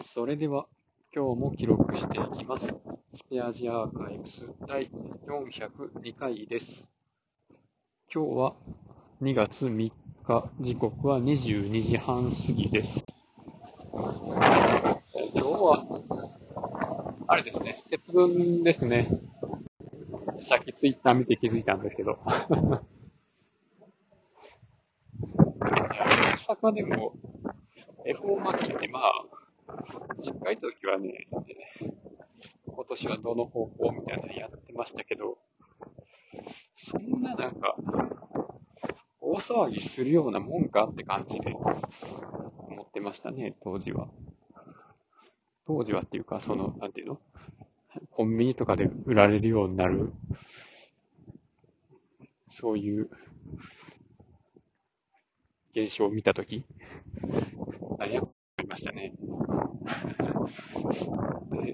それでは、今日も記録していきます。スペアジアーカイブス第402回です。今日は2月3日、時刻は22時半過ぎです。今日は、あれですね、節分ですね。さっきツイッター見て気づいたんですけど。大阪でも、恵方巻きって実家行った時はね、今年はどの方向みたいなのやってましたけど、そんな大騒ぎするようなもんかって感じで思ってましたね、当時は。当時はっていうか、なんていうのコンビニとかで売られるようになる、そういう現象を見たとき、何や思いましたね。で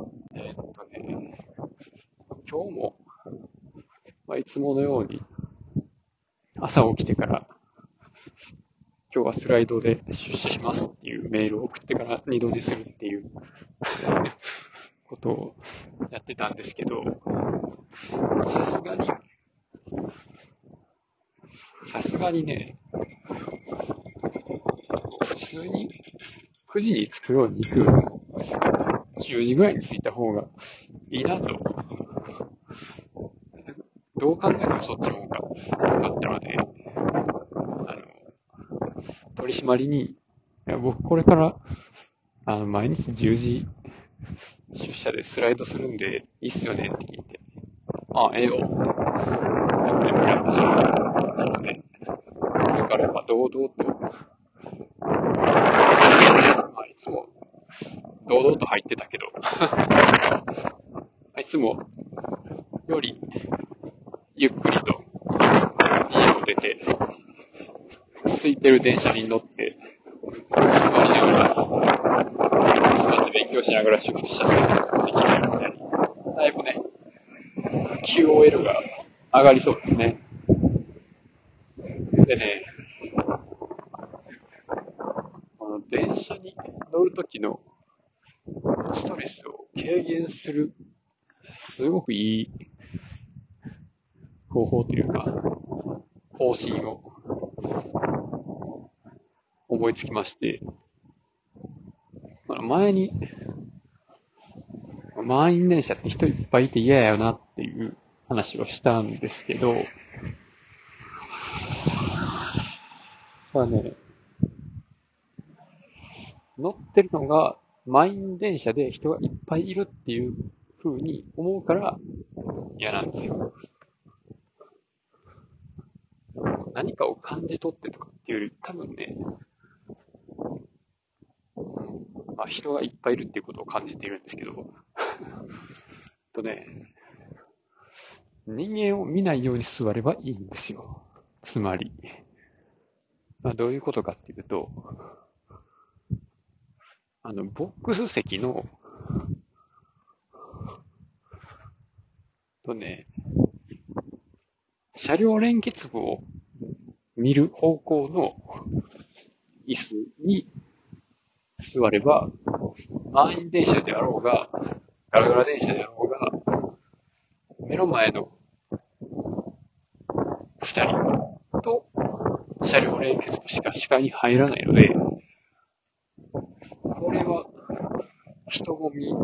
今日も、いつものように朝起きてから、今日はスライドで出社しますっていうメールを送ってから二度寝するっていうことをやってたんですけど、さすがに、さすがにね、普通に9時に着くように行く10時ぐらいに着いた方がいいなと、どう考えてもそっちの方が良かったので、取締りに、いや僕これから、毎日10時出社でスライドするんで、いいっすよねって聞いて、ええよってやってもらいました。なので、これからは堂々と、いつも堂々と入ってたけど、いつもよりゆっくりと家を出て、空いてる電車に乗って、座りながら、座って勉強しながら出社することができるので、だいぶね、QOL が上がりそうですね。でね、この電車に乗るときのストレスを軽減する、すごくいい方法というか、方針を思いつきまして、前に、満員電車って人いっぱいいて嫌やよなっていう話をしたんですけど、乗ってるのが満員電車で人がいっぱいいるっていう風に思うから嫌なんですよ。何かを感じ取ってとかっていうより、多分ね、人がいっぱいいるっていうことを感じているんですけど、人間を見ないように座ればいいんですよ。つまり。どういうことかっていうと、ボックス席の、とね、車両連結部を見る方向の椅子に座れば、満員電車であろうが、ガラガラ電車であろうが、目の前の二人と車両連結部しか視界に入らないので、これは人混み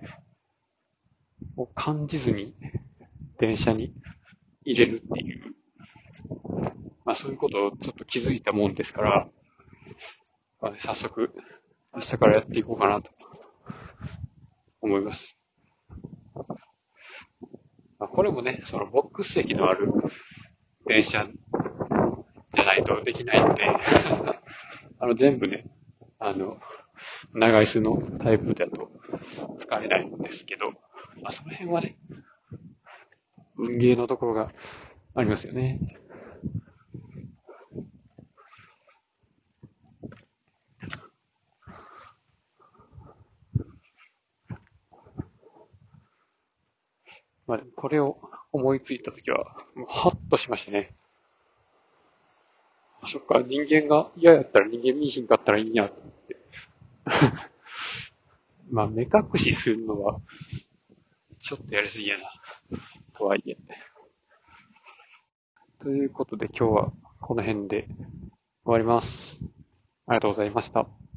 を感じずに電車に入れるっていう、そういうことをちょっと気づいたもんですから、早速明日からやっていこうかなと思います。これもね、そのボックス席のある電車じゃないとできないので全部ね、長椅子のタイプだと使えないんですけど、その辺はね、運ゲーのところがありますよね。これを思いついたときは、もうハッとしましたね。そっか、人間が嫌やったら人間見ひんかったらいいんやと思って。 まあ、目隠しするのは、ちょっとやりすぎやな。とはいえ。ということで今日はこの辺で終わります。ありがとうございました。